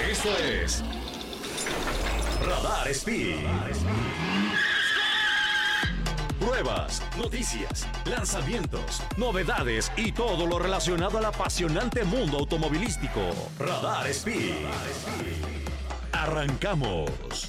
Esto es Radar Speed. Pruebas, noticias, lanzamientos, novedades y todo lo relacionado al apasionante mundo automovilístico. Radar Speed. Arrancamos.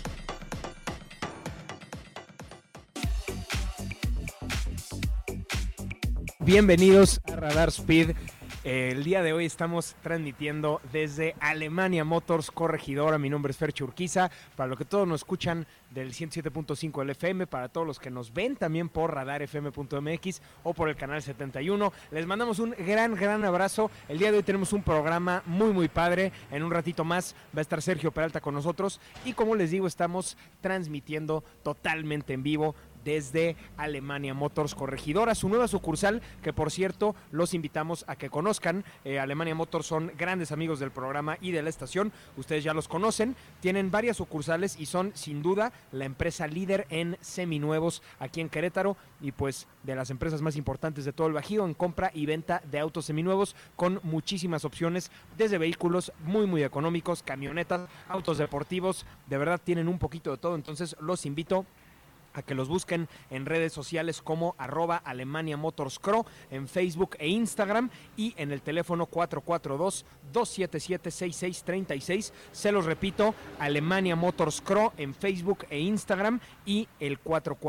Bienvenidos a Radar Speed. El día de hoy estamos transmitiendo desde Alemania Motors Corregidora. Mi nombre es Fercho Urquiza. Para los que todos nos escuchan del 107.5 del FM, para todos los que nos ven también por radarfm.mx o por el canal 71, les mandamos un gran abrazo. El día de hoy tenemos un programa muy padre. En un ratito más va a estar Sergio Peralta con nosotros y, como les digo, estamos transmitiendo totalmente en vivo desde Alemania Motors Corregidora, su nueva sucursal, que por cierto los invitamos a que conozcan. Alemania Motors son grandes amigos del programa y de la estación, ustedes ya los conocen, tienen varias sucursales y son sin duda la empresa líder en seminuevos aquí en Querétaro y pues de las empresas más importantes de todo el Bajío en compra y venta de autos seminuevos, con muchísimas opciones, desde vehículos muy económicos, camionetas, autos deportivos. De verdad tienen un poquito de todo, entonces los invito a que los busquen en redes sociales como @AlemaniaMotorsCro en Facebook e Instagram, y en el teléfono 442-277-6636. Se los repito, Alemania Motors Cro en Facebook e Instagram, y el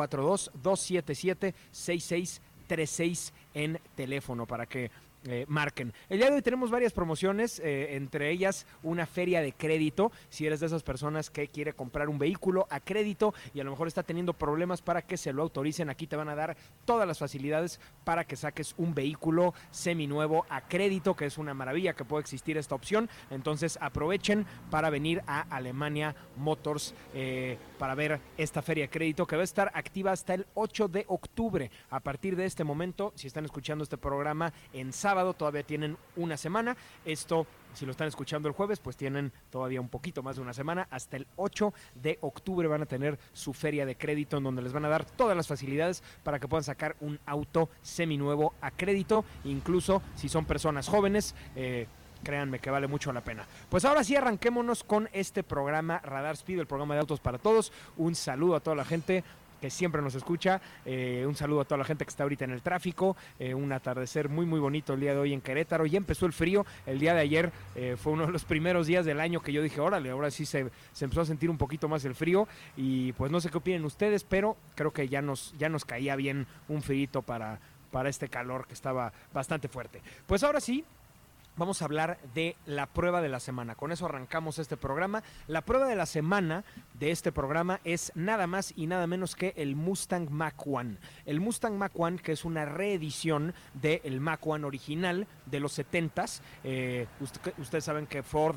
442-277-6636 en teléfono para que marquen. El día de hoy tenemos varias promociones, entre ellas una feria de crédito. Si eres de esas personas que quiere comprar un vehículo a crédito y a lo mejor está teniendo problemas para que se lo autoricen, aquí te van a dar todas las facilidades para que saques un vehículo seminuevo a crédito, que es una maravilla que puede existir esta opción. Entonces aprovechen para venir a Alemania Motors para ver esta feria de crédito, que va a estar activa hasta el 8 de octubre. A partir de este momento, si están escuchando este programa en sábado, todavía tienen una semana. Esto, si lo están escuchando el jueves, pues tienen todavía un poquito más de una semana. Hasta el 8 de octubre van a tener su feria de crédito, en donde les van a dar todas las facilidades para que puedan sacar un auto seminuevo a crédito, incluso si son personas jóvenes. Créanme que vale mucho la pena. Pues ahora sí, arranquémonos con este programa Radar Speed, el programa de autos para todos. Un saludo a toda la gente que siempre nos escucha, un saludo a toda la gente que está ahorita en el tráfico, un atardecer muy bonito el día de hoy en Querétaro. Ya empezó el frío, el día de ayer fue uno de los primeros días del año que yo dije, órale, ahora sí se empezó a sentir un poquito más el frío, y pues no sé qué opinen ustedes, pero creo que ya nos caía bien un frío para este calor que estaba bastante fuerte. Pues ahora sí, vamos a hablar de la prueba de la semana. Con eso arrancamos este programa. La prueba de la semana de este programa es nada más y nada menos que el Mustang Mach-1. El Mustang Mach-1, que es una reedición del Mach-1 original de los 70s. Ustedes saben que Ford,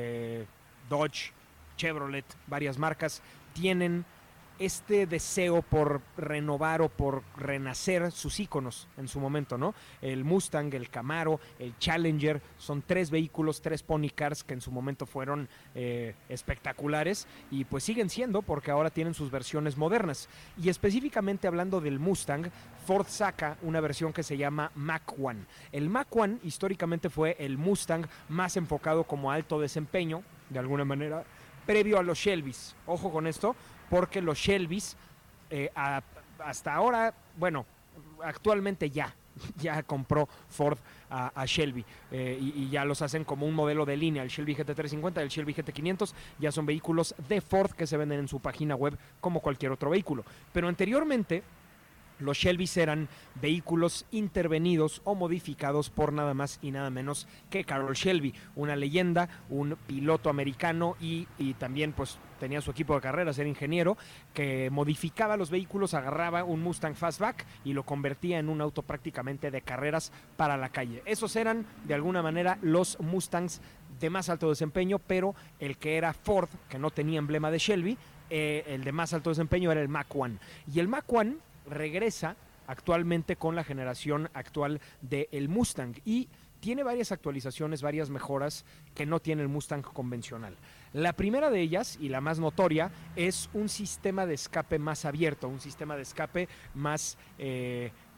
Dodge, Chevrolet, varias marcas tienen este deseo por renovar o por renacer sus íconos en su momento, ¿no? El Mustang, el Camaro, el Challenger, son tres vehículos, tres pony cars que en su momento fueron espectaculares, y pues siguen siendo, porque ahora tienen sus versiones modernas. Y específicamente hablando del Mustang, Ford saca una versión que se llama Mach-1. El Mach-1 históricamente fue el Mustang más enfocado como alto desempeño, de alguna manera, previo a los Shelbys. Ojo con esto, porque los Shelbys hasta ahora, bueno, actualmente ya compró Ford a Shelby, y ya los hacen como un modelo de línea. El Shelby GT350 y el Shelby GT500 ya son vehículos de Ford que se venden en su página web como cualquier otro vehículo. Pero anteriormente los Shelbys eran vehículos intervenidos o modificados por nada más y nada menos que Carroll Shelby, una leyenda, un piloto americano, y también pues tenía su equipo de carreras, era ingeniero, que modificaba los vehículos, agarraba un Mustang Fastback y lo convertía en un auto prácticamente de carreras para la calle. Esos eran de alguna manera los Mustangs de más alto desempeño, pero el que era Ford, que no tenía emblema de Shelby, el de más alto desempeño era el Mach-1. Y el Mach-1 regresa actualmente con la generación actual del Mustang y tiene varias actualizaciones, varias mejoras que no tiene el Mustang convencional. La primera de ellas, y la más notoria, es un sistema de escape más abierto, un sistema de escape más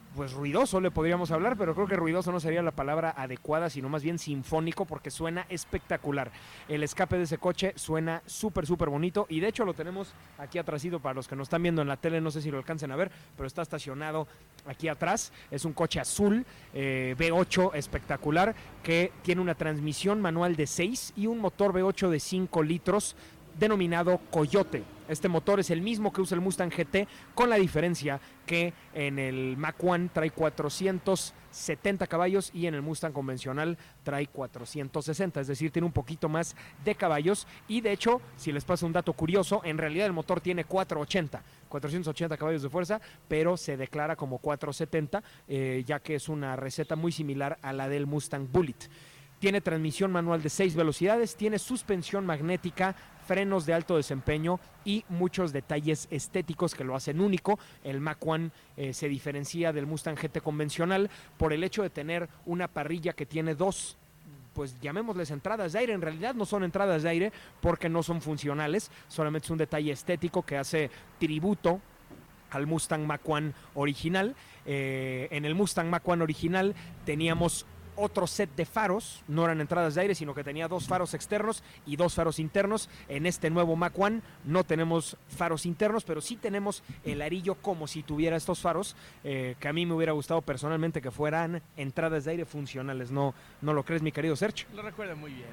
pues ruidoso le podríamos hablar, pero creo que ruidoso no sería la palabra adecuada, sino más bien sinfónico, porque suena espectacular. El escape de ese coche suena súper bonito, y de hecho lo tenemos aquí atrásito para los que nos están viendo en la tele, no sé si lo alcancen a ver, pero está estacionado aquí atrás. Es un coche azul, V8 espectacular, que tiene una transmisión manual de 6 y un motor V8 de 5 litros denominado Coyote. Este motor es el mismo que usa el Mustang GT, con la diferencia que en el Mach-1 trae 470 caballos y en el Mustang convencional trae 460, es decir, tiene un poquito más de caballos. Y de hecho, si les paso un dato curioso, en realidad el motor tiene 480 caballos de fuerza, pero se declara como 470, ya que es una receta muy similar a la del Mustang Bullitt. Tiene transmisión manual de 6 velocidades, tiene suspensión magnética, frenos de alto desempeño y muchos detalles estéticos que lo hacen único. El Mach-1 se diferencia del Mustang GT convencional por el hecho de tener una parrilla que tiene dos, pues llamémosles entradas de aire. En realidad no son entradas de aire porque no son funcionales, solamente es un detalle estético que hace tributo al Mustang Mach-1 original. En el Mustang Mach-1 original teníamos otro set de faros, no eran entradas de aire, sino que tenía 2 faros externos y 2 faros internos. En este nuevo Mach-1 no tenemos faros internos, pero sí tenemos el arillo como si tuviera estos faros, que a mí me hubiera gustado personalmente que fueran entradas de aire funcionales. ¿No lo crees, mi querido Sergio? Lo recuerdo muy bien.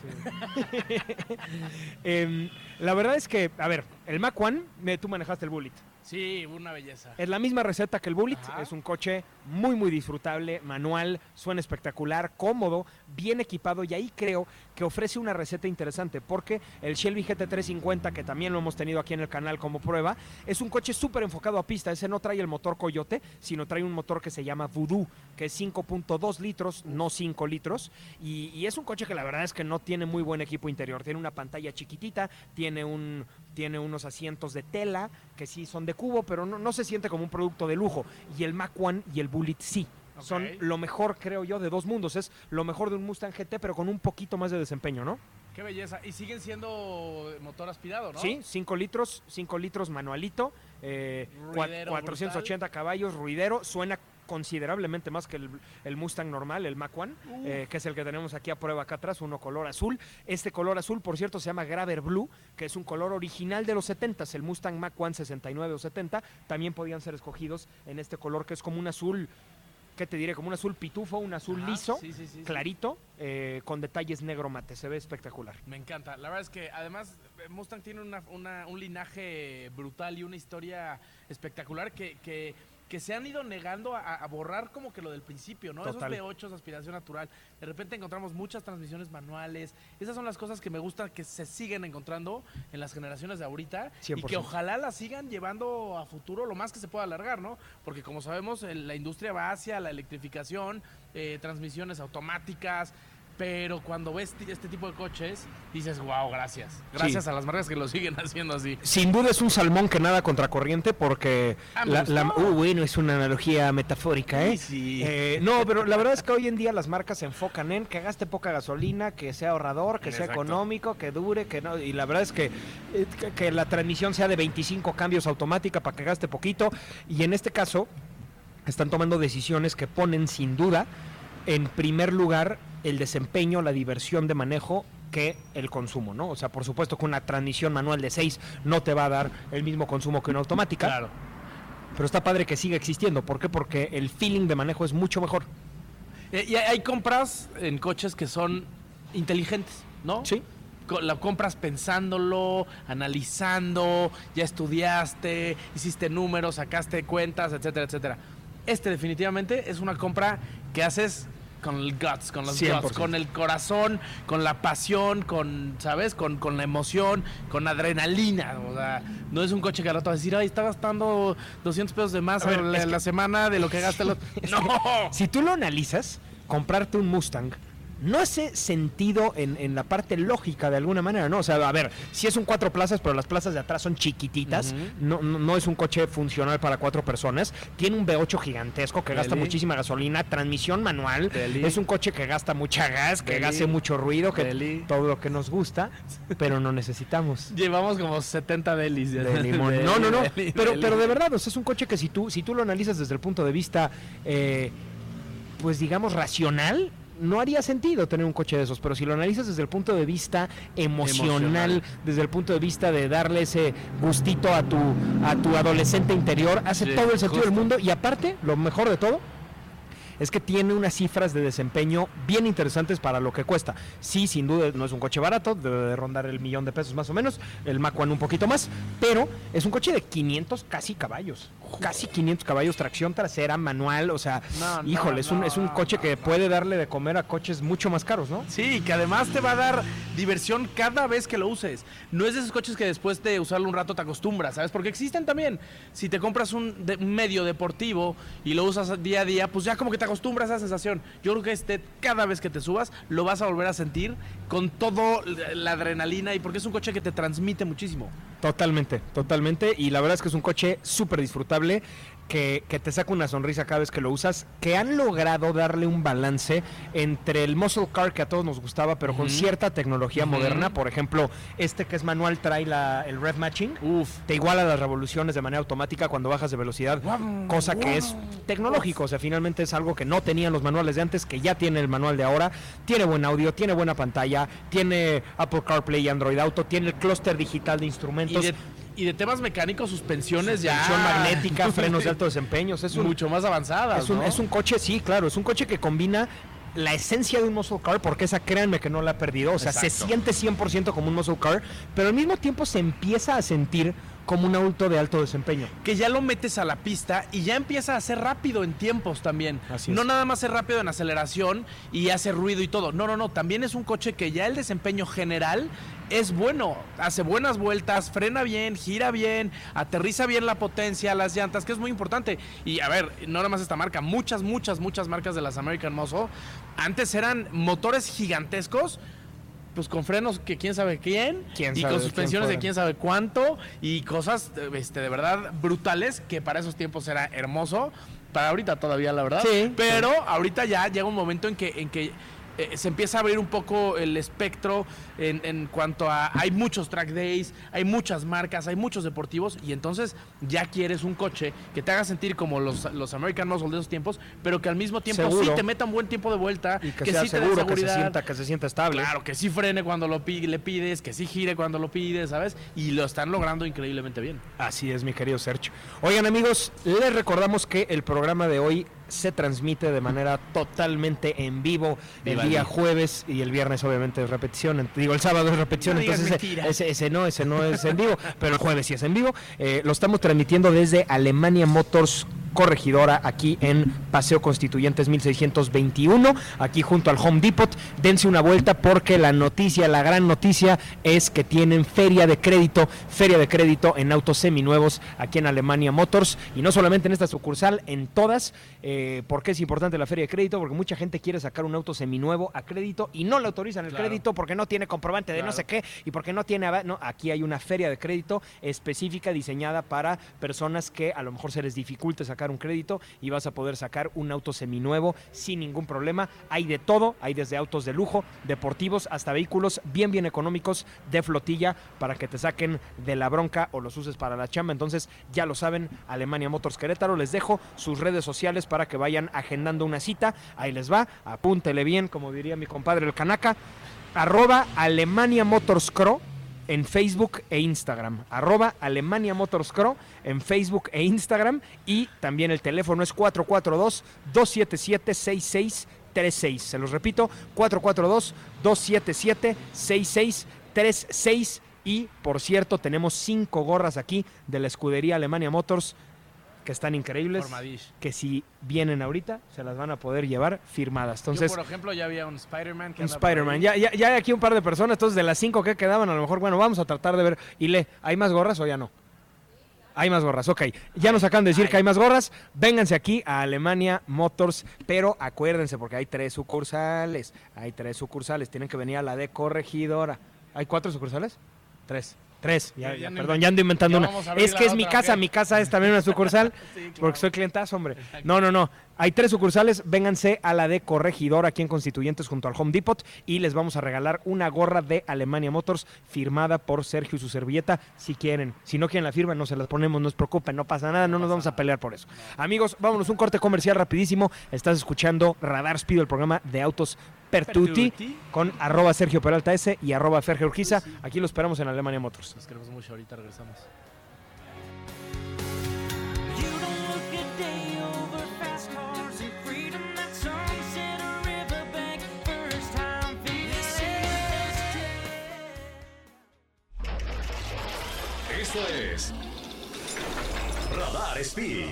Sí. La verdad es que, a ver, el Mach-1, tú manejaste el Bullitt. Sí, una belleza. Es la misma receta que el Bullitt. Ajá. Es un coche muy disfrutable, manual, suena espectacular, cómodo, bien equipado, y ahí creo que ofrece una receta interesante, porque el Shelby GT350, que también lo hemos tenido aquí en el canal como prueba, es un coche súper enfocado a pista. Ese no trae el motor Coyote, sino trae un motor que se llama Voodoo, que es 5.2 litros, no 5 litros, y es un coche que la verdad es que no tiene muy buen equipo interior. Tiene una pantalla chiquitita, tiene unos asientos de tela que sí son de cubo, pero no se siente como un producto de lujo. Y el Mach-1 y el Bullitt sí. Okay. Son lo mejor, creo yo, de dos mundos. Es lo mejor de un Mustang GT, pero con un poquito más de desempeño, ¿no? Qué belleza. Y siguen siendo motor aspirado, ¿no? Sí, 5 litros manualito, 480 brutal. Caballos, ruidero, suena considerablemente más que el Mustang normal, el Mach-1, que es el que tenemos aquí a prueba acá atrás, uno color azul. Este color azul, por cierto, se llama Graver Blue, que es un color original de los 70s. El Mustang Mach-1 69 o 70 también podían ser escogidos en este color, que es como un azul, ¿qué te diré? Como un azul pitufo, un azul liso, sí, clarito, con detalles negro mate. Se ve espectacular. Me encanta. La verdad es que además Mustang tiene un linaje brutal y una historia espectacular que se han ido negando a borrar como que lo del principio, ¿no? Total. Esos V8, aspiración natural. De repente encontramos muchas transmisiones manuales. Esas son las cosas que me gustan que se siguen encontrando en las generaciones de ahorita 100%. Y que ojalá las sigan llevando a futuro lo más que se pueda alargar, ¿no? Porque como sabemos, la industria va hacia la electrificación, transmisiones automáticas. Pero cuando ves este tipo de coches, dices, wow, gracias. Gracias a las marcas que lo siguen haciendo así. Sin duda es un salmón que nada contracorriente, porque bueno, es una analogía metafórica, ¿eh? Sí. No, pero la verdad es que hoy en día las marcas se enfocan en que gaste poca gasolina, que sea ahorrador, que sea económico, que dure, que no. Y la verdad es que la transmisión sea de 25 cambios automática para que gaste poquito. Y en este caso, están tomando decisiones que ponen sin duda en primer lugar el desempeño, la diversión de manejo, que el consumo, ¿no? O sea, por supuesto que una transmisión manual de 6 no te va a dar el mismo consumo que una automática. Claro. Pero está padre que siga existiendo. ¿Por qué? Porque el feeling de manejo es mucho mejor. Y hay compras en coches que son inteligentes, ¿no? Sí. La compras pensándolo, analizando, ya estudiaste, hiciste números, sacaste cuentas, etcétera, etcétera. Definitivamente es una compra que haces con el guts, con los 100%. guts, con el corazón, con la pasión, ¿sabes? Con la emoción, con adrenalina. O sea, no es un coche que al rato va a decir, ay, está gastando 200 pesos de más la semana de lo que gasta el otro. ¡No! Si tú lo analizas, comprarte un Mustang no hace sentido en la parte lógica de alguna manera, ¿no? O sea, a ver, sí es un 4 plazas, pero las plazas de atrás son chiquititas, no es un coche funcional para 4 personas, tiene un V8 gigantesco que gasta muchísima gasolina, transmisión manual, es un coche que gasta mucha gas, que hace mucho ruido, que todo lo que nos gusta, pero no necesitamos. Llevamos como 70 delis de limón. No, pero de verdad, o sea, es un coche que si tú lo analizas desde el punto de vista, pues digamos, racional, no haría sentido tener un coche de esos, pero si lo analizas desde el punto de vista emocional, desde el punto de vista de darle ese gustito a tu adolescente interior, hace todo el sentido del mundo. Y aparte, lo mejor de todo es que tiene unas cifras de desempeño bien interesantes para lo que cuesta. Sí, sin duda no es un coche barato, debe de rondar el $1,000,000 más o menos, el Mach 1 un poquito más, pero es un coche de 500 casi caballos. Casi 500 caballos, tracción trasera, manual, o sea, es un coche que puede darle de comer a coches mucho más caros, ¿no? Sí, que además te va a dar diversión cada vez que lo uses. No es de esos coches que después de usarlo un rato te acostumbras, ¿sabes? Porque existen también. Si te compras un medio deportivo y lo usas día a día, pues ya como que te acostumbras a esa sensación. Yo creo que cada vez que te subas, lo vas a volver a sentir con todo la adrenalina y porque es un coche que te transmite muchísimo. Totalmente, y la verdad es que es un coche súper disfrutable, que te saca una sonrisa cada vez que lo usas, que han logrado darle un balance entre el muscle car que a todos nos gustaba, pero con cierta tecnología moderna. Por ejemplo, que es manual trae el rev matching, te iguala las revoluciones de manera automática cuando bajas de velocidad, cosa que es tecnológico, o sea, finalmente es algo que no tenían los manuales de antes, que ya tiene el manual de ahora. Tiene buen audio, tiene buena pantalla, tiene Apple CarPlay y Android Auto, tiene el clúster digital de instrumentos. Y de temas mecánicos, suspensión magnética, frenos de alto desempeño, es mucho más avanzada. Es un coche, sí, claro, es un coche que combina la esencia de un muscle car, porque esa créanme que no la ha perdido, o sea, se siente 100% como un muscle car, pero al mismo tiempo se empieza a sentir como un auto de alto desempeño. Que ya lo metes a la pista y ya empieza a ser rápido en tiempos también. Así es. No nada más es rápido en aceleración y hace ruido y todo. No. También es un coche que ya el desempeño general es bueno. Hace buenas vueltas, frena bien, gira bien, aterriza bien la potencia, las llantas, que es muy importante. Y a ver, no nada más esta marca, muchas marcas de las American Muscle antes eran motores gigantescos, pues con frenos que quién sabe quién y con suspensiones de quién sabe cuánto y cosas de verdad brutales, que para esos tiempos era hermoso, para ahorita todavía la verdad, sí, pero ahorita ya llega un momento en que se empieza a abrir un poco el espectro en cuanto a hay muchos track days, hay muchas marcas, hay muchos deportivos, y entonces ya quieres un coche que te haga sentir como los American Muscle de esos tiempos, pero que al mismo tiempo seguro, sí te meta un buen tiempo de vuelta, y que sea sí seguro, te dé seguridad, que se sienta estable. Claro, que sí frene cuando le pides, que sí gire cuando lo pides, ¿sabes? Y lo están logrando increíblemente bien. Así es, mi querido Sergio. Oigan, amigos, les recordamos que el programa de hoy se transmite de manera totalmente en vivo el día jueves, y el viernes obviamente es repetición, el sábado es repetición, no entonces ese no es en vivo, pero el jueves sí es en vivo. Lo estamos transmitiendo desde Alemania Motors Corregidora, aquí en Paseo Constituyentes 1621, aquí junto al Home Depot. Dense una vuelta porque la gran noticia es que tienen feria de crédito en autos seminuevos aquí en Alemania Motors, y no solamente en esta sucursal, en todas. ¿Por qué es importante la feria de crédito? Porque mucha gente quiere sacar un auto seminuevo a crédito y no le autorizan el crédito porque no tiene comprobante de no sé qué y porque no tiene... No, aquí hay una feria de crédito específica diseñada para personas que a lo mejor se les dificulte sacar un crédito, y vas a poder sacar un auto seminuevo sin ningún problema. Hay de todo, hay desde autos de lujo, deportivos, hasta vehículos bien económicos de flotilla para que te saquen de la bronca o los uses para la chamba. Entonces ya lo saben, Alemania Motors Querétaro. Les dejo sus redes sociales para que vayan agendando una cita. Ahí les va, apúntele bien, como diría mi compadre el Canaca, @Alemania Motors Cro en Facebook e Instagram, @Alemania Motors Cro en Facebook e Instagram, y también el teléfono es 442-277-6636. Se los repito, 442-277-6636. Y por cierto, tenemos 5 gorras aquí de la escudería Alemania Motors que están increíbles, Formadish, que si vienen ahorita se las van a poder llevar firmadas. Entonces, yo, por ejemplo, ya había un Spider-Man. Ya hay aquí un par de personas. Entonces, de las 5 que quedaban, a lo mejor, bueno, vamos a tratar de ver. ¿Hay más gorras o ya no? Hay más gorras, ok. Ya nos acaban de decir que hay más gorras. Vénganse aquí a Alemania Motors, pero acuérdense porque hay 3 sucursales. Tienen que venir a la de Corregidora. ¿Hay 4 sucursales? 3. Perdón, ya ando inventando una. Es que es mi casa, okay. Mi casa es también una sucursal, sí, claro. Porque soy clientazo, hombre. No. Hay 3 sucursales, vénganse a la de Corregidor, aquí en Constituyentes, junto al Home Depot, y les vamos a regalar una gorra de Alemania Motors, firmada por Sergio y su servilleta, si quieren. Si no quieren la firma, no se las ponemos, no se preocupen, no pasa nada, no nos vamos a pelear por eso. Amigos, vámonos, un corte comercial rapidísimo. Estás escuchando Radar Speed, el programa de autos Pertuti, con @Sergio Peralta S y @Ferge Urquiza. Aquí lo esperamos en Alemania Motors. Nos queremos mucho, ahorita regresamos. Esto es Radar Speed.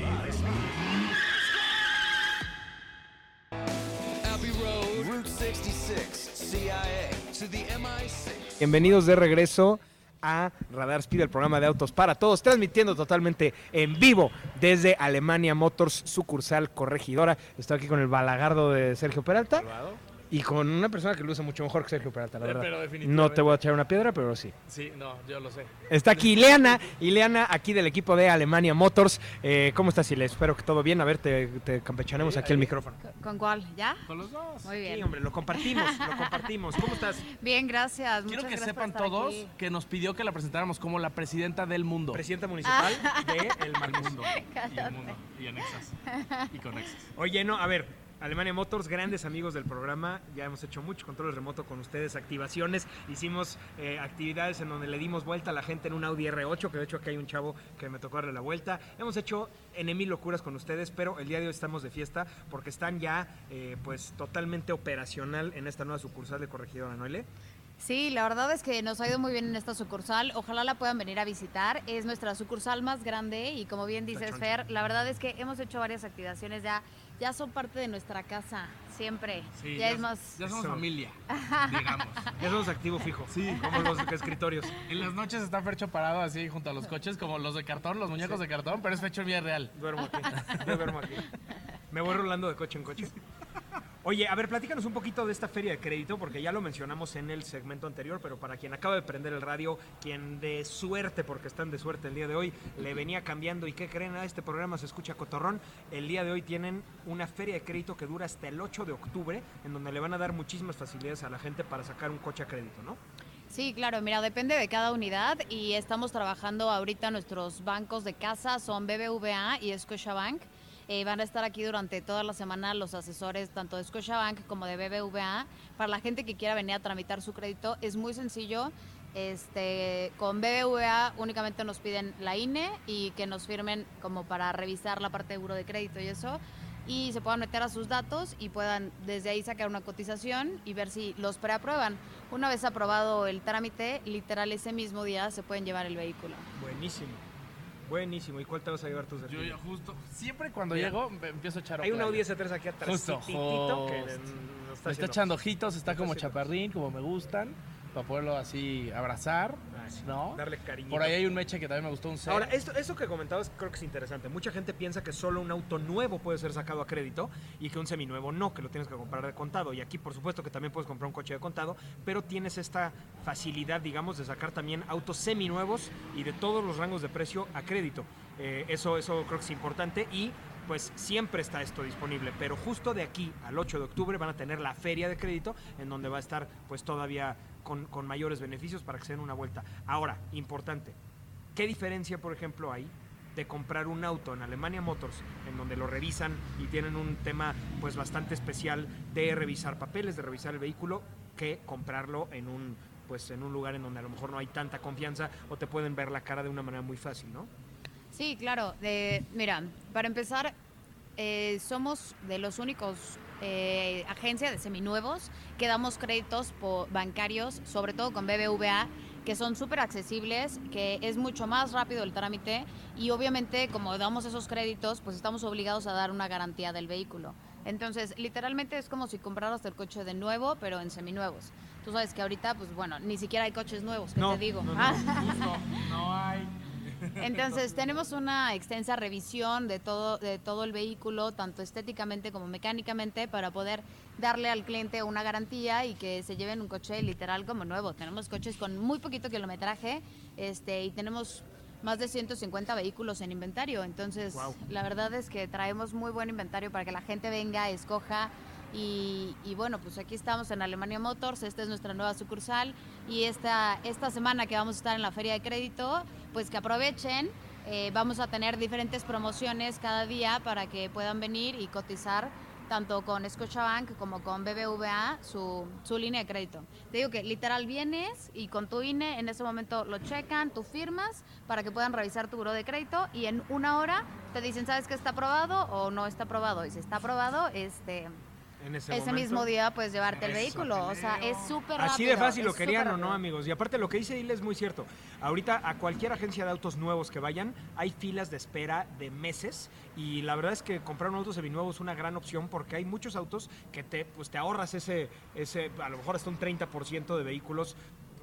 Bienvenidos de regreso a Radar Speed, el programa de autos para todos, transmitiendo totalmente en vivo desde Alemania Motors, sucursal Corregidora. Estoy aquí con el balagardo de Sergio Peralta. ¿Salvado? Y con una persona que lo usa mucho mejor que Sergio Peralta, la verdad. Pero definitivamente. No te voy a echar una piedra, pero sí. Sí, no, yo lo sé. Está aquí Ileana, aquí del equipo de Alemania Motors. ¿Cómo estás, Ile? Espero que todo bien. A ver, te campechanemos aquí el micrófono. ¿Con cuál? ¿Ya? Con los dos. Muy bien. Sí, hombre, lo compartimos. ¿Cómo estás? Bien, gracias. Quiero que gracias sepan todos aquí. que nos pidió que la presentáramos como la presidenta del mundo. Presidenta municipal de El Mundo. Y el mundo. Y anexas. Y conexas. Oye, no, a ver. Alemania Motors, grandes amigos del programa, ya hemos hecho mucho control remoto con ustedes, activaciones, hicimos actividades en donde le dimos vuelta a la gente en un Audi R8, que de hecho aquí hay un chavo que me tocó darle la vuelta, hemos hecho mil locuras con ustedes, pero el día de hoy estamos de fiesta porque están ya pues totalmente operacional en esta nueva sucursal de Corregidora, ¿no, Ile? Sí, la verdad es que nos ha ido muy bien en esta sucursal. Ojalá la puedan venir a visitar. Es nuestra sucursal más grande y como bien dices, Fer, la verdad es que hemos hecho varias activaciones ya son parte de nuestra casa, siempre. Sí, ya somos familia, digamos. Ya somos activo fijo, sí, como los escritorios. En las noches está Fercho parado así junto a los coches, como los de cartón, los muñecos de cartón, pero es Fercho en vida real. Duermo aquí. Me voy rolando de coche en coche. Oye, a ver, platícanos un poquito de esta feria de crédito, porque ya lo mencionamos en el segmento anterior, pero para quien acaba de prender el radio, quien de suerte, porque están de suerte el día de hoy, le venía cambiando y ¿qué creen? Este programa se escucha cotorrón. El día de hoy tienen una feria de crédito que dura hasta el 8 de octubre, en donde le van a dar muchísimas facilidades a la gente para sacar un coche a crédito, ¿no? Sí, claro, mira, depende de cada unidad y estamos trabajando ahorita, nuestros bancos de casa son BBVA y Scotiabank. Van a estar aquí durante toda la semana los asesores tanto de Scotiabank como de BBVA. Para la gente que quiera venir a tramitar su crédito es muy sencillo. Con BBVA únicamente nos piden la INE y que nos firmen como para revisar la parte de seguro de crédito y eso. Y se puedan meter a sus datos y puedan desde ahí sacar una cotización y ver si los preaprueban. Una vez aprobado el trámite, literal ese mismo día se pueden llevar el vehículo. Buenísimo. ¿Y cuál te vas a llevar tú, Sergio? Yo siempre cuando llego empiezo a echar ojo. Hay un Audi S3 aquí atrás. Justo. Que me está echando ojitos, está como chaparrín, como me gustan, para poderlo así abrazar, ¿no? Darle cariño. Por ahí hay un Meche que también me gustó, un C. Ahora, esto que comentabas creo que es interesante. Mucha gente piensa que solo un auto nuevo puede ser sacado a crédito y que un seminuevo no, que lo tienes que comprar de contado. Y aquí, por supuesto, que también puedes comprar un coche de contado, pero tienes esta facilidad, digamos, de sacar también autos seminuevos y de todos los rangos de precio a crédito. Eso creo que es importante y pues siempre está esto disponible, pero justo de aquí al 8 de octubre van a tener la feria de crédito en donde va a estar pues todavía con mayores beneficios para que se den una vuelta. Ahora, importante, ¿qué diferencia, por ejemplo, hay de comprar un auto en Alemania Motors, en donde lo revisan y tienen un tema pues bastante especial de revisar papeles, de revisar el vehículo, que comprarlo en un lugar en donde a lo mejor no hay tanta confianza o te pueden ver la cara de una manera muy fácil, ¿no? Sí, claro. Mira, para empezar, somos de los únicos agencia de seminuevos que damos créditos bancarios, sobre todo con BBVA, que son súper accesibles, que es mucho más rápido el trámite y obviamente como damos esos créditos, pues estamos obligados a dar una garantía del vehículo. Entonces, literalmente es como si compraras el coche de nuevo, pero en seminuevos. Tú sabes que ahorita, pues bueno, ni siquiera hay coches nuevos, ¿qué te digo? No hay. Entonces, tenemos una extensa revisión de todo el vehículo, tanto estéticamente como mecánicamente, para poder darle al cliente una garantía y que se lleven un coche literal como nuevo. Tenemos coches con muy poquito kilometraje, y tenemos más de 150 vehículos en inventario. Entonces, la verdad es que traemos muy buen inventario para que la gente venga, escoja. Y bueno, pues aquí estamos en Alemania Motors, esta es nuestra nueva sucursal y esta semana que vamos a estar en la Feria de Crédito, pues que aprovechen, vamos a tener diferentes promociones cada día para que puedan venir y cotizar tanto con Scotiabank como con BBVA su línea de crédito. Te digo que literal vienes y con tu INE en ese momento lo checan, tú firmas para que puedan revisar tu buró de crédito y en 1 hora te dicen, ¿sabes que está aprobado o no está aprobado? Y si está aprobado, en ese mismo día puedes llevarte el vehículo. O sea, es súper rápido. Así de fácil lo querían o no, amigos. Y aparte lo que dice Ile es muy cierto. Ahorita a cualquier agencia de autos nuevos que vayan, hay filas de espera de meses. Y la verdad es que comprar un auto seminuevo es una gran opción porque hay muchos autos que te ahorras ese a lo mejor hasta un 30% de vehículos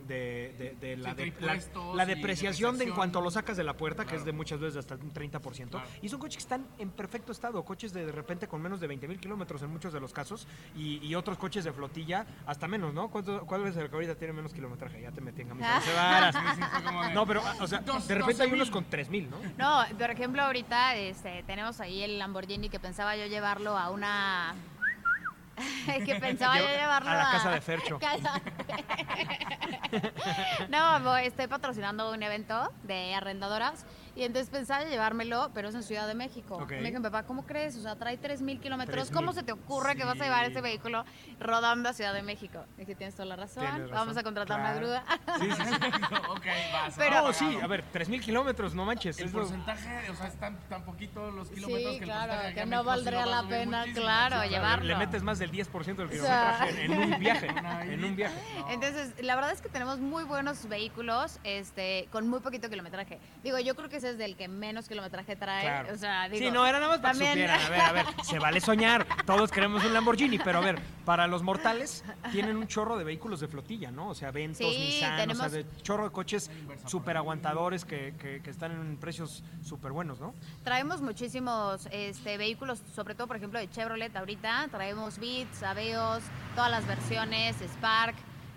la depreciación de en cuanto lo sacas de la puerta, que es de muchas veces hasta un 30%. Y son coches que están en perfecto estado, coches de repente con menos de 20,000 kilómetros en muchos de los casos, y otros coches de flotilla hasta menos, ¿no? ¿Cuál es el que ahorita tiene menos kilometraje? Ya te metí en camisas varas. No, pero, o sea, de repente hay unos con 3,000, ¿no? No, por ejemplo, ahorita tenemos ahí el Lamborghini que pensaba yo llevarlo a una... que pensaba yo llevarlo a la casa de Fercho. No, estoy patrocinando un evento de arrendadoras y entonces pensaba llevármelo, pero es en Ciudad de México. Me dijo, papá, ¿cómo crees? O sea, trae 3,000 kilómetros. ¿Cómo se te ocurre que vas a llevar ese vehículo rodando a Ciudad de México? Dije, tienes toda la razón. Vamos a contratar una grúa. Sí. vas. Pero sí, a ver, 3,000 kilómetros, no manches. El porcentaje, o sea, es tan poquito los kilómetros que el porcentaje que no valdría la pena, claro, llevarlo. Le metes más del 10% del kilometraje en un viaje. Entonces, la verdad es que tenemos muy buenos vehículos con muy poquito kilometraje. Digo, yo creo que ese es del que menos kilometraje trae. Claro. O sea, digo, sí, no, era nada más para que supieran. A ver, se vale soñar. Todos queremos un Lamborghini, pero a ver, para los mortales tienen un chorro de vehículos de flotilla, ¿no? O sea, Ventos, Nissan, o sea, de chorro de coches súper aguantadores que están en precios súper buenos, ¿no? Traemos muchísimos vehículos, sobre todo, por ejemplo, de Chevrolet ahorita. Traemos Beats, Aveos, todas las versiones, Spark,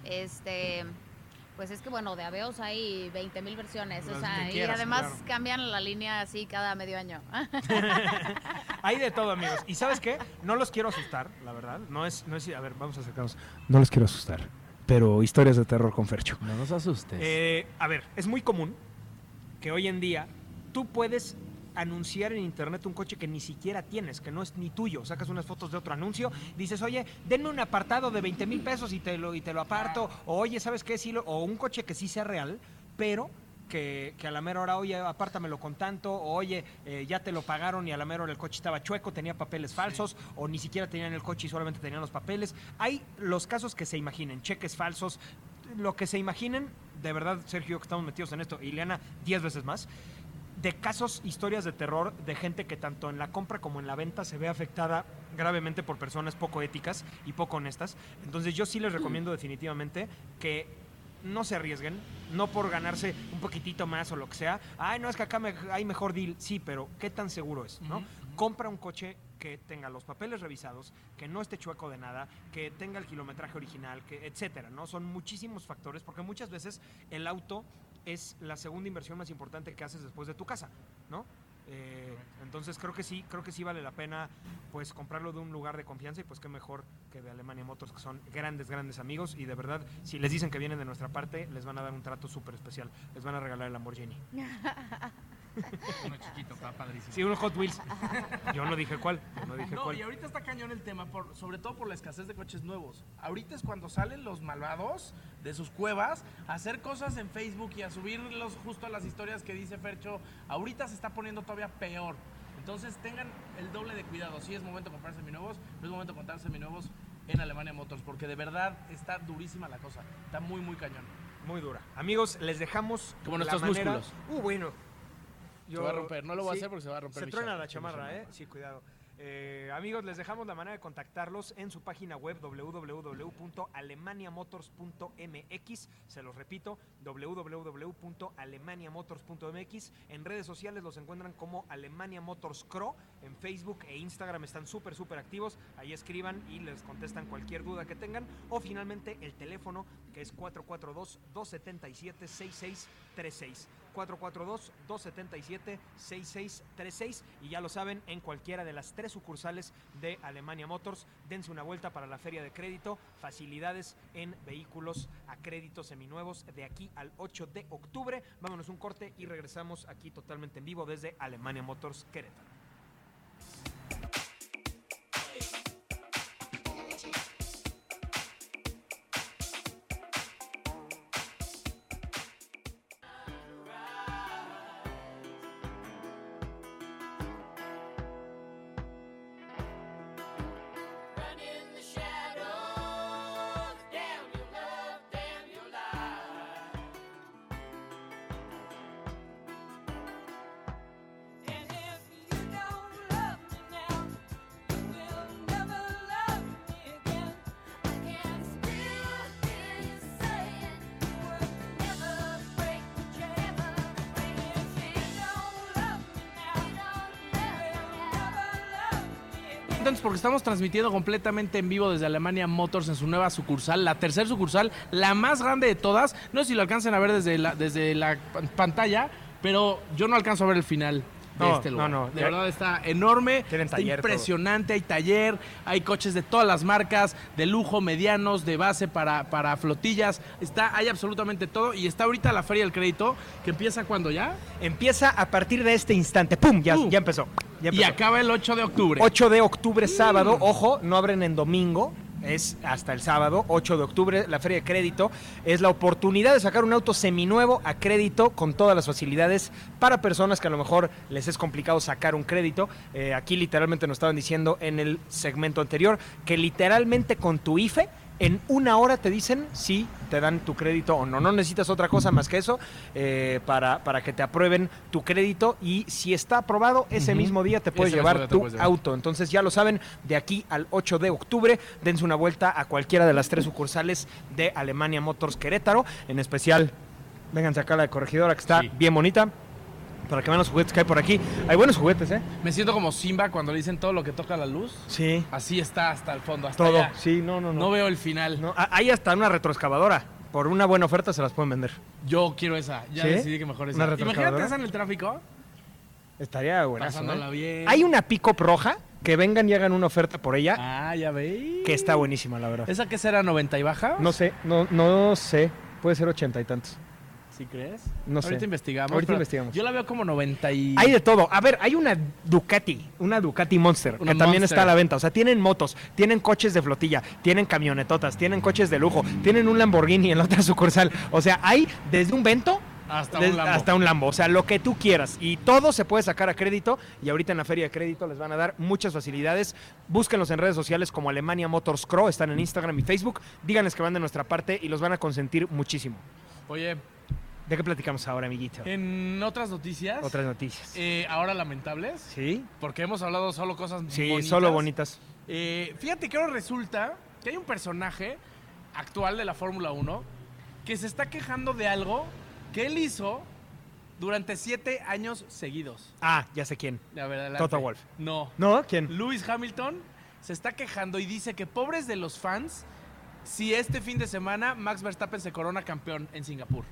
pues es que bueno, de Aveos hay 20,000 versiones, o sea, y además cambian la línea así cada medio año. Hay de todo, amigos. ¿Y sabes qué? No los quiero asustar, la verdad. No es, a ver, vamos a acercarnos. No los quiero asustar, pero historias de terror con Fercho. No nos asustes. A ver, es muy común que hoy en día tú puedes anunciar en internet un coche que ni siquiera tienes, que no es ni tuyo. Sacas unas fotos de otro anuncio, dices, oye, denme un apartado de 20,000 pesos y te lo aparto. O oye, ¿sabes qué? O un coche que sí sea real, pero que a la mera hora, oye, apártamelo con tanto, o oye, ya te lo pagaron y a la mera hora el coche estaba chueco, tenía papeles falsos, o ni siquiera tenían el coche y solamente tenían los papeles. Hay los casos que se imaginen, cheques falsos, lo que se imaginen, de verdad, Sergio, que estamos metidos en esto, y Ileana 10 veces más, de casos, historias de terror de gente que tanto en la compra como en la venta se ve afectada gravemente por personas poco éticas y poco honestas. Entonces yo sí les recomiendo definitivamente que no se arriesguen, no por ganarse un poquitito más o lo que sea. Ay, no, es que acá hay mejor deal. Sí, pero ¿qué tan seguro es? ¿No? Compra un coche que tenga los papeles revisados, que no esté chueco de nada, que tenga el kilometraje original, que etcétera, ¿no? Son muchísimos factores, porque muchas veces el auto es la segunda inversión más importante que haces después de tu casa, ¿no? Entonces creo que sí vale la pena pues comprarlo de un lugar de confianza, y pues qué mejor que de Alemania Motors, que son grandes amigos, y de verdad si les dicen que vienen de nuestra parte les van a dar un trato súper especial, les van a regalar el Lamborghini. Uno chiquito, está padrísimo. Sí, uno Hot Wheels. Yo no dije cuál. Y ahorita está cañón el tema, sobre todo por la escasez de coches nuevos. Ahorita es cuando salen los malvados de sus cuevas a hacer cosas en Facebook y a subirlos justo a las historias que dice Fercho. Ahorita se está poniendo todavía peor. Entonces tengan el doble de cuidado. Sí es momento de comprar seminuevos, pero es momento de comprar seminuevos en Alemania Motors, porque de verdad está durísima la cosa. Está muy, muy cañón. Muy dura. Amigos, les dejamos como nuestros músculos. Bueno. Se va a romper, no lo voy a hacer porque se va a romper. Se truena la chamarra, Sí, cuidado. Amigos, les dejamos la manera de contactarlos en su página web www.alemaniamotors.mx. Se los repito, www.alemaniamotors.mx. En redes sociales los encuentran como Alemania Motors Cro. En Facebook e Instagram están súper activos. Ahí escriban y les contestan cualquier duda que tengan. O finalmente el teléfono, que es 442-277-6636. 442-277-6636. Y ya lo saben, en cualquiera de las 3 sucursales de Alemania Motors, dense una vuelta para la feria de crédito. Facilidades en vehículos a crédito seminuevos de aquí al 8 de octubre. Vámonos un corte y regresamos aquí totalmente en vivo desde Alemania Motors Querétaro. Porque estamos transmitiendo completamente en vivo desde Alemania Motors en su nueva sucursal, la tercera sucursal, la más grande de todas. No sé si lo alcancen a ver desde la pantalla, pero yo no alcanzo a ver el final de este lugar. De verdad está enorme, está impresionante, todo. Hay taller, hay coches de todas las marcas, de lujo, medianos, de base para flotillas, hay absolutamente todo y está ahorita la Feria del Crédito, que empieza ¿cuándo ya? Empieza a partir de este instante, ¡pum! Ya empezó. Y acaba el 8 de octubre. 8 de octubre, sábado. Ojo, no abren en domingo. Es hasta el sábado, 8 de octubre, la Feria de Crédito. Es la oportunidad de sacar un auto seminuevo a crédito con todas las facilidades para personas que a lo mejor les es complicado sacar un crédito. Aquí literalmente nos estaban diciendo en el segmento anterior que literalmente con tu IFE en 1 hora te dicen si te dan tu crédito o no. No necesitas otra cosa más que eso para que te aprueben tu crédito, y si está aprobado ese mismo día te puedes llevar tu auto. Entonces ya lo saben, de aquí al 8 de octubre dense una vuelta a cualquiera de las 3 sucursales de Alemania Motors Querétaro. En especial, vénganse acá a la de Corregidora, que está bien bonita, para que vean los juguetes que hay por aquí. Hay buenos juguetes, ¿eh? Me siento como Simba cuando le dicen todo lo que toca la luz. Sí. Así está hasta el fondo, hasta todo. allá. Sí, no. No veo el final. No, hay hasta una retroexcavadora. Por una buena oferta se las pueden vender. Yo quiero esa. Ya decidí que mejor esa. Imagínate esa en el tráfico. Estaría buena. Pasándola bien. Hay una pick-up roja, que vengan y hagan una oferta por ella. Ah, ya veis. Que está buenísima, la verdad. ¿Esa qué será, 90 y baja? No sé. Puede ser 80 y tantos. ¿Sí crees? No sé. Ahorita investigamos. Yo la veo como 90 y... Hay de todo. A ver, hay una Ducati Monster, que también está a la venta. O sea, tienen motos, tienen coches de flotilla, tienen camionetotas, tienen coches de lujo, tienen un Lamborghini en la otra sucursal. O sea, hay desde un Vento hasta un Lambo. O sea, lo que tú quieras. Y todo se puede sacar a crédito. Y ahorita en la Feria de Crédito les van a dar muchas facilidades. Búsquenlos en redes sociales como Alemania Motors Cro. Están en Instagram y Facebook. Díganles que van de nuestra parte y los van a consentir muchísimo. Oye... ¿De qué platicamos ahora, amiguito? En otras noticias. Ahora lamentables. Sí. Porque hemos hablado solo cosas bonitas. Sí, solo bonitas. Fíjate que ahora resulta que hay un personaje actual de la Fórmula 1 que se está quejando de algo que él hizo durante 7 años seguidos. Ah, ya sé quién. A ver, adelante. Toto Wolff. No. ¿No? ¿Quién? Lewis Hamilton se está quejando y dice que pobres de los fans si este fin de semana Max Verstappen se corona campeón en Singapur.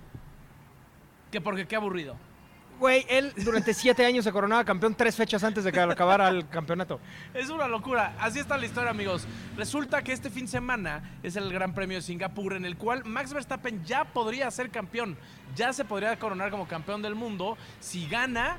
Que porque qué aburrido. Güey, él durante 7 años se coronaba campeón 3 fechas antes de que acabara el campeonato. Es una locura. Así está la historia, amigos. Resulta que este fin de semana es el Gran Premio de Singapur, en el cual Max Verstappen ya podría ser campeón. Ya se podría coronar como campeón del mundo si gana,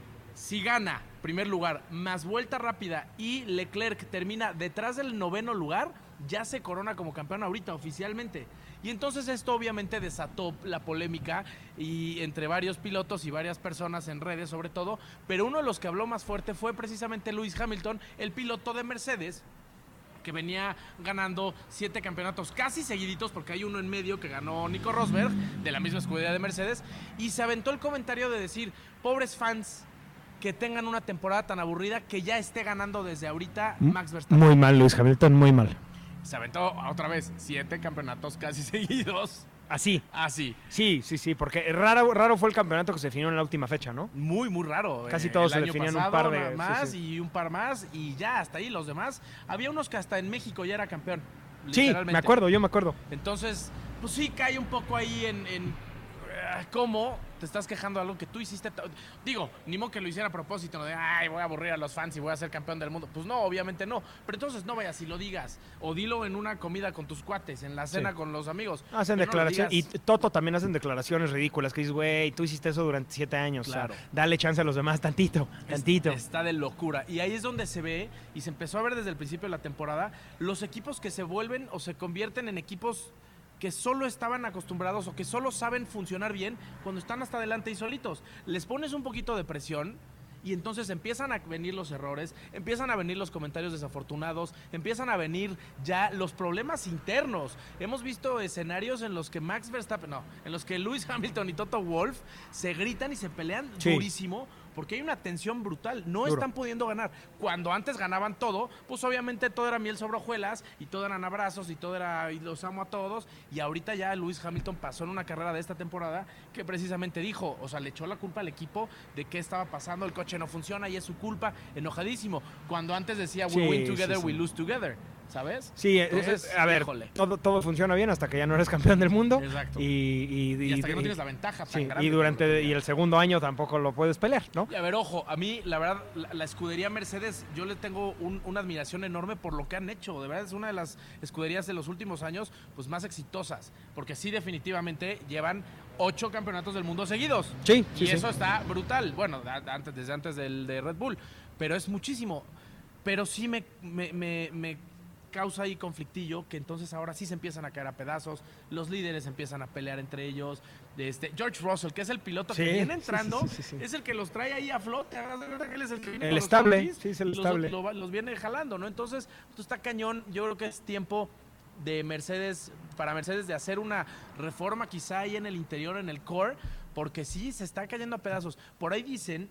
primer lugar, más vuelta rápida, y Leclerc termina detrás del 9º lugar, ya se corona como campeón ahorita oficialmente. Y entonces esto obviamente desató la polémica y entre varios pilotos y varias personas en redes sobre todo, pero uno de los que habló más fuerte fue precisamente Lewis Hamilton, el piloto de Mercedes, que venía ganando 7 campeonatos casi seguiditos, porque hay uno en medio que ganó Nico Rosberg, de la misma escudería de Mercedes, y se aventó el comentario de decir, pobres fans que tengan una temporada tan aburrida que ya esté ganando desde ahorita Max Verstappen. Muy mal, Lewis Hamilton, muy mal. Se aventó otra vez 7 campeonatos casi seguidos. Así. Así. Sí, porque raro fue el campeonato que se definió en la última fecha, ¿no? Muy raro. Casi todos se el año definían pasado, un par de... más y un par más y ya, hasta ahí los demás. Había unos que hasta en México ya era campeón. Sí, yo me acuerdo. Entonces, pues sí cae un poco ahí en cómo te estás quejando de algo que tú hiciste. Digo, ni modo que lo hiciera a propósito, ¿no? De, ay, voy a aburrir a los fans y voy a ser campeón del mundo. Pues no, obviamente no. Pero entonces no vayas y lo digas. O dilo en una comida con tus cuates, en la cena con los amigos. Hacen declaraciones. No, y Toto también hacen declaraciones ridículas que dices, güey, tú hiciste eso durante 7 años. Claro. O sea, dale chance a los demás tantito. Está de locura. Y ahí es donde se ve, y se empezó a ver desde el principio de la temporada, los equipos que se vuelven o se convierten en equipos que solo estaban acostumbrados o que solo saben funcionar bien cuando están hasta adelante y solitos. Les pones un poquito de presión y entonces empiezan a venir los errores, empiezan a venir los comentarios desafortunados, empiezan a venir ya los problemas internos. Hemos visto escenarios en los que Max Verstappen, en los que Lewis Hamilton y Toto Wolff se gritan y se pelean durísimo porque hay una tensión brutal. No están pudiendo ganar. Cuando antes ganaban todo, pues obviamente todo era miel sobre hojuelas y todo eran abrazos y todo era y los amo a todos. Y ahorita ya Lewis Hamilton pasó en una carrera de esta temporada que precisamente dijo, o sea, le echó la culpa al equipo de qué estaba pasando, el coche no funciona y es su culpa, enojadísimo. Cuando antes decía, we win together, we lose together. ¿Sabes? Sí, entonces, a ver, todo funciona bien hasta que ya no eres campeón del mundo. Exacto. Y hasta que no tienes la ventaja tan grande. Y el segundo año tampoco lo puedes pelear, ¿no? Y a ver, ojo, a mí, la verdad, la escudería Mercedes, yo le tengo una admiración enorme por lo que han hecho. De verdad, es una de las escuderías de los últimos años pues más exitosas. Porque sí, definitivamente, llevan 8 campeonatos del mundo seguidos. Sí. Eso está brutal. Bueno, desde antes de Red Bull. Pero es muchísimo. Pero sí me causa ahí conflictillo, que entonces ahora sí se empiezan a caer a pedazos, los líderes empiezan a pelear entre ellos. George Russell, que es el piloto que viene entrando, es el que los trae ahí a flote. Él es el que viene el estable, es el estable. Los viene jalando, ¿no? Entonces, esto está cañón. Yo creo que es tiempo de Mercedes, para Mercedes, de hacer una reforma quizá ahí en el interior, en el core, porque sí, se está cayendo a pedazos. Por ahí dicen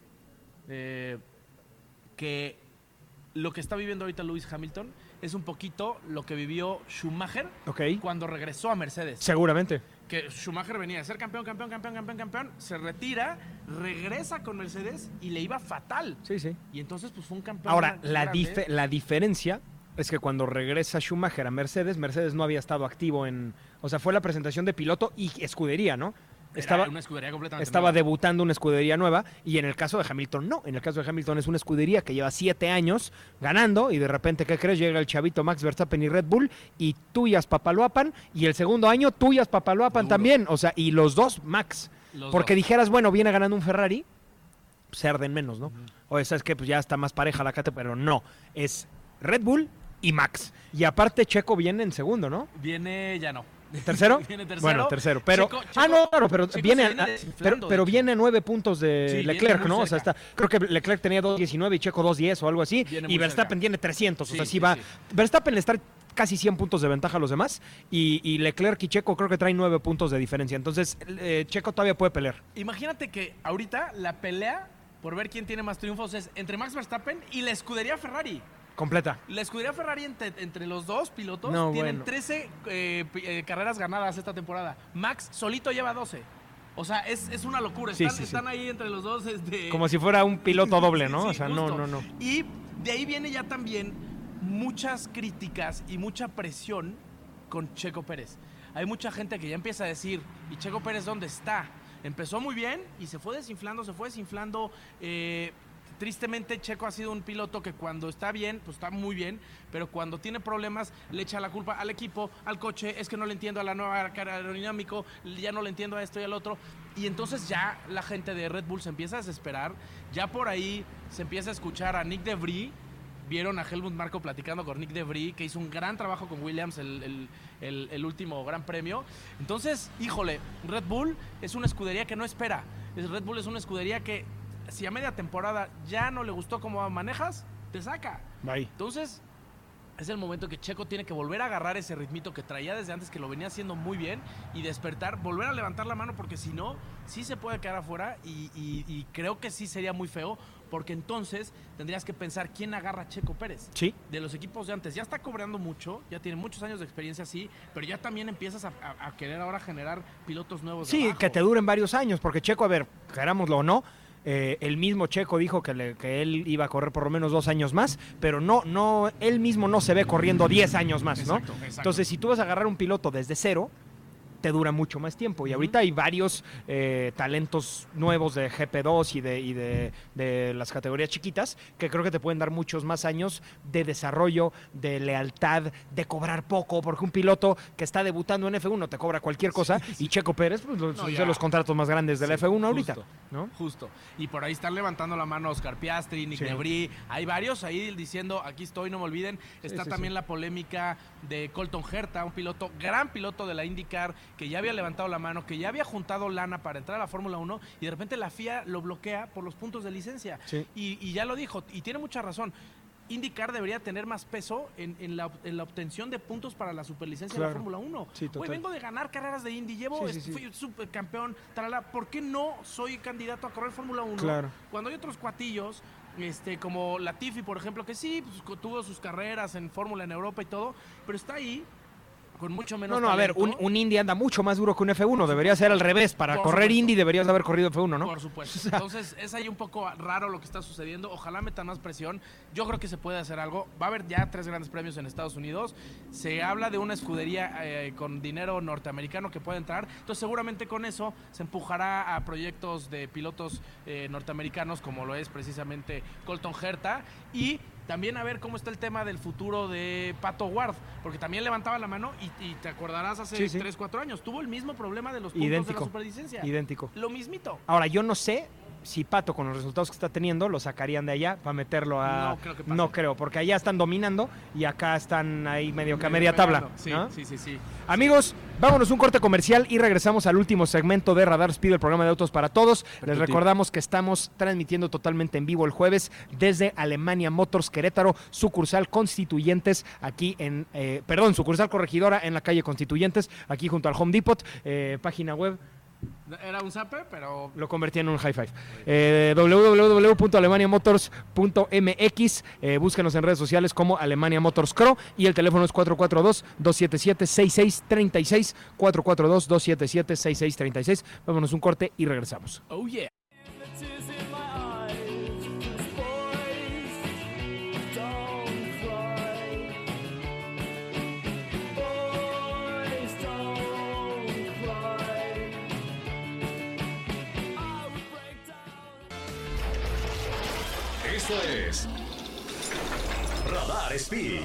que lo que está viviendo ahorita Lewis Hamilton es un poquito lo que vivió Schumacher cuando regresó a Mercedes. Seguramente. Que Schumacher venía a ser campeón, se retira, regresa con Mercedes y le iba fatal. Sí. Y entonces pues fue un campeón. Ahora, la diferencia es que cuando regresa Schumacher a Mercedes no había estado activo o sea, fue la presentación de piloto y escudería, ¿no? Era una escudería completamente estaba nueva. Debutando una escudería nueva, y en el caso de Hamilton no. En el caso de Hamilton es una escudería que lleva 7 años ganando y de repente, ¿qué crees? Llega el chavito Max Verstappen y Red Bull y tuyas papaloapan, y el segundo año tuyas papaloapan también. O sea, y los dos Max. Porque dijeras, bueno, viene ganando un Ferrari, se arden menos, ¿no? O esa es que pues ya está más pareja la cate, pero no. Es Red Bull y Max. Y aparte Checo viene en segundo, ¿no? Viene, ya no. ¿Tercero? Viene tercero. Bueno, tercero. Pero, Checo, claro, pero viene pero viene a 9 puntos de Leclerc, ¿no? O sea, creo que Leclerc tenía 2.19 y Checo 2.10 o algo así. Y Verstappen tiene 300. O sea, sí va. Sí. Verstappen le está casi 100 puntos de ventaja a los demás. Y Leclerc y Checo creo que traen 9 puntos de diferencia. Entonces, Checo todavía puede pelear. Imagínate que ahorita la pelea por ver quién tiene más triunfos es entre Max Verstappen y la escudería Ferrari. Completa. La escudería Ferrari entre los dos pilotos tienen 13 carreras ganadas esta temporada. Max solito lleva 12. O sea, es una locura. Están ahí entre los dos. Como si fuera un piloto doble, ¿no? Sí, o sea, justo. no. Y de ahí viene ya también muchas críticas y mucha presión con Checo Pérez. Hay mucha gente que ya empieza a decir, ¿y Checo Pérez dónde está? Empezó muy bien y se fue desinflando. Tristemente, Checo ha sido un piloto que cuando está bien, pues está muy bien, pero cuando tiene problemas le echa la culpa al equipo, al coche, es que no le entiendo a la nueva cara aerodinámico, ya no le entiendo a esto y al otro, y entonces ya la gente de Red Bull se empieza a desesperar, ya por ahí se empieza a escuchar a Nick de Vries. Vieron a Helmut Marko platicando con Nick de Vries, que hizo un gran trabajo con Williams el último gran premio. Entonces, híjole, Red Bull es una escudería que no espera. Red Bull es una escudería que si a media temporada ya no le gustó cómo manejas, te saca. Bye. Entonces, es el momento que Checo tiene que volver a agarrar ese ritmito que traía desde antes, que lo venía haciendo muy bien, y despertar, volver a levantar la mano, porque si no, sí se puede quedar afuera, y creo que sí sería muy feo, porque entonces tendrías que pensar quién agarra a Checo Pérez. Sí. De los equipos de antes. Ya está cobrando mucho, ya tiene muchos años de experiencia, sí, pero ya también empiezas a querer ahora generar pilotos nuevos. Sí, que te duren varios años, porque Checo, a ver, querámoslo o no, el mismo Checo dijo que él iba a correr por lo menos 2 años más, pero no, él mismo no se ve corriendo 10 años más, ¿no? Exacto. Entonces, si tú vas a agarrar un piloto desde cero, te dura mucho más tiempo. Y ahorita hay varios talentos nuevos de GP2 y de las categorías chiquitas que creo que te pueden dar muchos más años de desarrollo, de lealtad, de cobrar poco, porque un piloto que está debutando en F1 te cobra cualquier cosa, y Checo Pérez pues, es de los contratos más grandes de la F1 ahorita. ¿No? Justo. Y por ahí están levantando la mano Oscar Piastri, Nick Debris. Hay varios ahí diciendo, aquí estoy, no me olviden. Está también la polémica de Colton Herta, un piloto, gran piloto de la IndyCar, que ya había levantado la mano, que ya había juntado lana para entrar a la Fórmula 1, y de repente la FIA lo bloquea por los puntos de licencia. Sí. Y ya lo dijo, y tiene mucha razón. IndyCar debería tener más peso en la obtención de puntos para la superlicencia de la Fórmula 1. Sí, Hoy vengo de ganar carreras de Indy, fui supercampeón, ¿por qué no soy candidato a correr Fórmula 1? Claro. Cuando hay otros cuatillos, como Latifi, por ejemplo, que sí, pues, tuvo sus carreras en Fórmula en Europa y todo, pero está ahí con mucho menos a ver, un Indy anda mucho más duro que un F1, debería ser al revés, para correr Indy deberías haber corrido F1, ¿no? Por supuesto. Entonces es ahí un poco raro lo que está sucediendo, ojalá metan más presión, yo creo que se puede hacer algo, va a haber ya 3 grandes premios en Estados Unidos, se habla de una escudería con dinero norteamericano que puede entrar, entonces seguramente con eso se empujará a proyectos de pilotos norteamericanos, como lo es precisamente Colton Herta, y también a ver cómo está el tema del futuro de Pato Ward, porque también levantaba la mano y te acordarás hace 3-4 años, tuvo el mismo problema de los puntos de la superlicencia. Idéntico. Lo mismito. Ahora, yo no sé si Pato, con los resultados que está teniendo, lo sacarían de allá para meterlo a... No creo que pase. No creo, porque allá están dominando y acá están ahí medio que a media tabla. Sí, ¿no? sí. Amigos, vámonos un corte comercial y regresamos al último segmento de Radar Speed, el programa de autos para todos. Les recordamos que estamos transmitiendo totalmente en vivo el jueves desde Alemania Motors Querétaro, sucursal Constituyentes, aquí sucursal Corregidora en la calle Constituyentes, aquí junto al Home Depot, página web. Era un zape, pero... Lo convertí en un high five. www.alemaniamotors.mx. Búsquenos en redes sociales como Alemania Motors Cro y el teléfono es 442-277-6636. 442-277-6636. Vámonos un corte y regresamos. Oh, yeah. Esto es Radar Speed.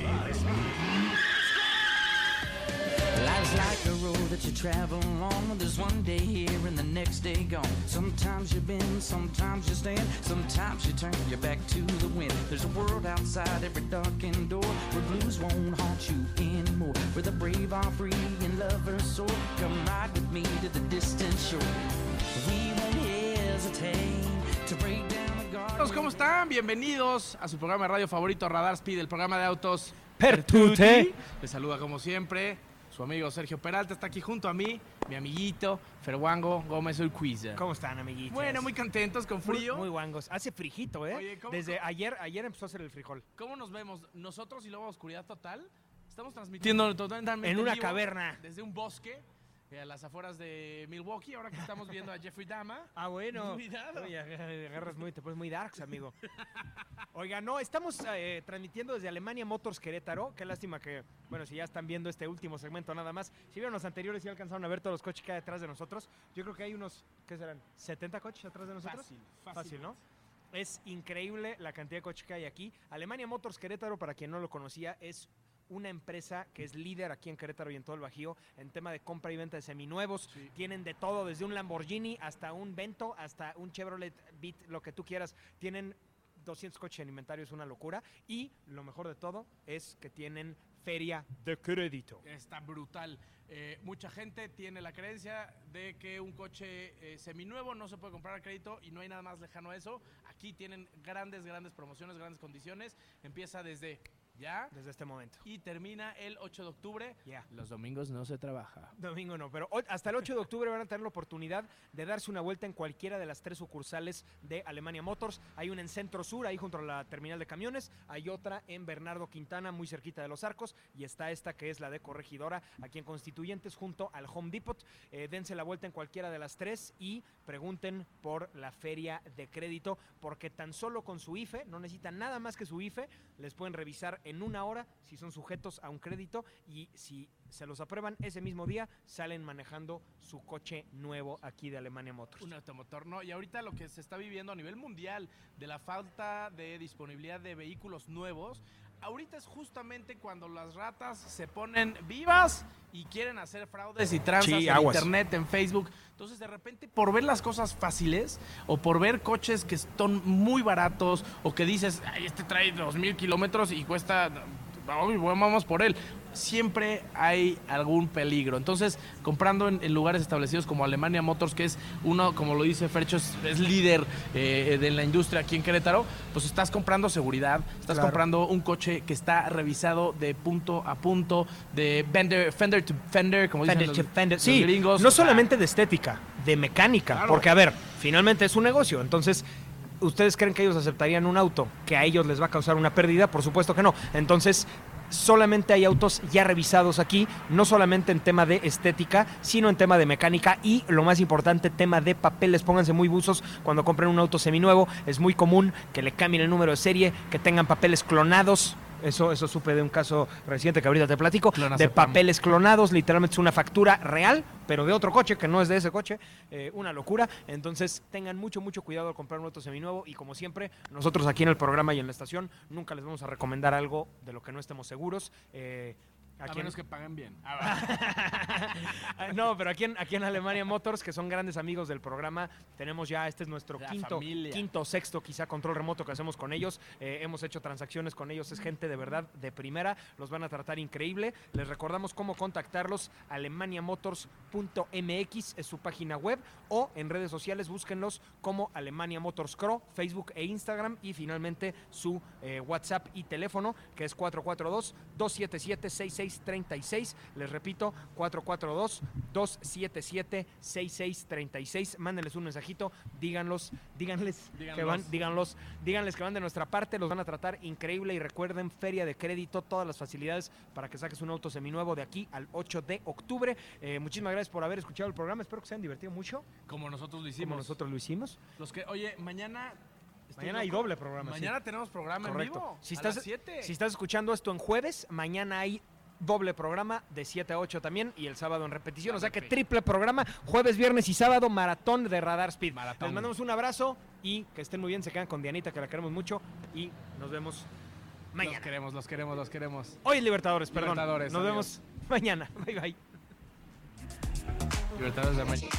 Life's like a road that you travel on. There's one day here and the next day gone. Sometimes you bend, sometimes you stand, sometimes you turn your back to the wind. There's a world outside every darkened door where blues won't haunt you anymore. Where the brave are free and lovers soar. Come ride with me to the distant shore. We won't hesitate to break down. ¿Cómo están? Bienvenidos a su programa de radio favorito, Radar Speed, el programa de autos Pertute. Les saluda como siempre su amigo Sergio Peralta, está aquí junto a mí, mi amiguito Ferwango Gómez Urquiza. ¿Cómo están, amiguitos? Bueno, muy contentos, con frío. Muy guangos. Hace frijito, ¿eh? Oye, Desde ayer empezó a hacer el frijol. ¿Cómo nos vemos? Nosotros y luego Oscuridad Total. Estamos transmitiendo totalmente en una vivo caverna. desde un bosque. A las afueras de Milwaukee, ahora que estamos viendo a Jeffrey Dahmer. Ah, bueno. Cuidado. Oye, te pones muy darks, amigo. Oiga, no, estamos transmitiendo desde Alemania Motors Querétaro. Qué lástima que, bueno, si ya están viendo este último segmento nada más. Si vieron los anteriores y alcanzaron a ver todos los coches que hay detrás de nosotros. Yo creo que hay unos, ¿qué serán? ¿70 coches atrás de nosotros? Fácil, ¿no? Es increíble la cantidad de coches que hay aquí. Alemania Motors Querétaro, para quien no lo conocía, es una empresa que es líder aquí en Querétaro y en todo el Bajío en tema de compra y venta de seminuevos. Sí. Tienen de todo, desde un Lamborghini hasta un Vento, hasta un Chevrolet Beat, lo que tú quieras. Tienen 200 coches en inventario, es una locura. Y lo mejor de todo es que tienen feria de crédito. Está brutal. Mucha gente tiene la creencia de que un coche seminuevo no se puede comprar a crédito y no hay nada más lejano a eso. Aquí tienen grandes promociones, grandes condiciones. Empieza desde Ya. Desde este momento. Y termina el 8 de octubre. Ya. Los domingos no se trabaja. Domingo no, pero hasta el 8 de octubre van a tener la oportunidad de darse una vuelta en cualquiera de las 3 sucursales de Alemania Motors. Hay una en Centro Sur, ahí junto a la terminal de camiones. Hay otra en Bernardo Quintana, muy cerquita de Los Arcos. Y está esta que es la de Corregidora, aquí en Constituyentes, junto al Home Depot. Dense la vuelta en cualquiera de las 3 y pregunten por la feria de crédito, porque tan solo con su IFE, no necesitan nada más que su IFE, les pueden revisar en una hora si son sujetos a un crédito, y si se los aprueban ese mismo día, salen manejando su coche nuevo aquí de Alemania Motors. Un automotor, ¿no? Y ahorita lo que se está viviendo a nivel mundial de la falta de disponibilidad de vehículos nuevos, ahorita es justamente cuando las ratas se ponen vivas y quieren hacer fraudes y tranzas en internet, en Facebook. Entonces, de repente, por ver las cosas fáciles o por ver coches que son muy baratos o que dices, ay, este trae 2,000 kilómetros y cuesta, vamos por él. Siempre hay algún peligro. Entonces, comprando en lugares establecidos como Alemania Motors, que es uno, como lo dice Fercho, es líder de la industria aquí en Querétaro, pues estás comprando seguridad, estás comprando un coche que está revisado de punto a punto, de fender to fender, como dicen los gringos. No solamente de estética, de mecánica, claro. Porque a ver, finalmente es un negocio, entonces ¿ustedes creen que ellos aceptarían un auto que a ellos les va a causar una pérdida? Por supuesto que no. Entonces, solamente hay autos ya revisados aquí, no solamente en tema de estética, sino en tema de mecánica y, lo más importante, tema de papeles. Pónganse muy buzos cuando compren un auto seminuevo. Es muy común que le cambien el número de serie, que tengan papeles clonados. Eso supe de un caso reciente que ahorita te platico, de papeles clonados, literalmente es una factura real, pero de otro coche que no es de ese coche, una locura. Entonces tengan mucho cuidado al comprar un auto seminuevo, y como siempre, nosotros aquí en el programa y en la estación nunca les vamos a recomendar algo de lo que no estemos seguros. A menos que paguen bien. No, pero aquí en Alemania Motors, que son grandes amigos del programa, tenemos ya, este es nuestro quinto o sexto quizá control remoto que hacemos con ellos. Hemos hecho transacciones con ellos, es gente de verdad de primera, los van a tratar increíble. Les recordamos cómo contactarlos: alemaniamotors.mx es su página web, o en redes sociales búsquenlos como Alemania Motors Cro, Facebook e Instagram, y finalmente su WhatsApp y teléfono, que es 442-277-6636. Les repito, 442-277-6636. Mándenles un mensajito, díganles que van de nuestra parte, los van a tratar increíble. Y recuerden, feria de crédito, todas las facilidades para que saques un auto seminuevo de aquí al 8 de octubre. Muchísimas gracias por haber escuchado el programa, espero que se hayan divertido mucho. Como nosotros lo hicimos. Mañana hay doble programa. Mañana tenemos programa. Correcto. En vivo. A las 7. Si estás escuchando esto en jueves, mañana hay doble programa de 7 a 8 también, y el sábado en repetición. O sea que triple programa, jueves, viernes y sábado, maratón de Radar Speed. Les mandamos un abrazo y que estén muy bien. Se quedan con Dianita, que la queremos mucho, y nos vemos mañana. Los queremos. Hoy Libertadores, perdón. Nos vemos mañana. Bye, bye. Libertadores de mañana.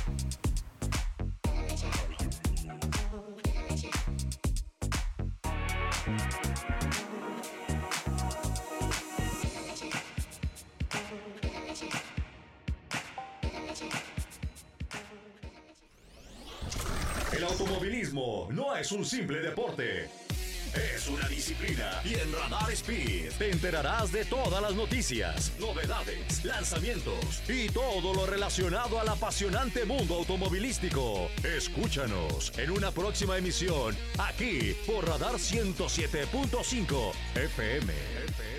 El automovilismo no es un simple deporte, es una disciplina, y en Radar Speed te enterarás de todas las noticias, novedades, lanzamientos y todo lo relacionado al apasionante mundo automovilístico. Escúchanos en una próxima emisión aquí por Radar 107.5 FM.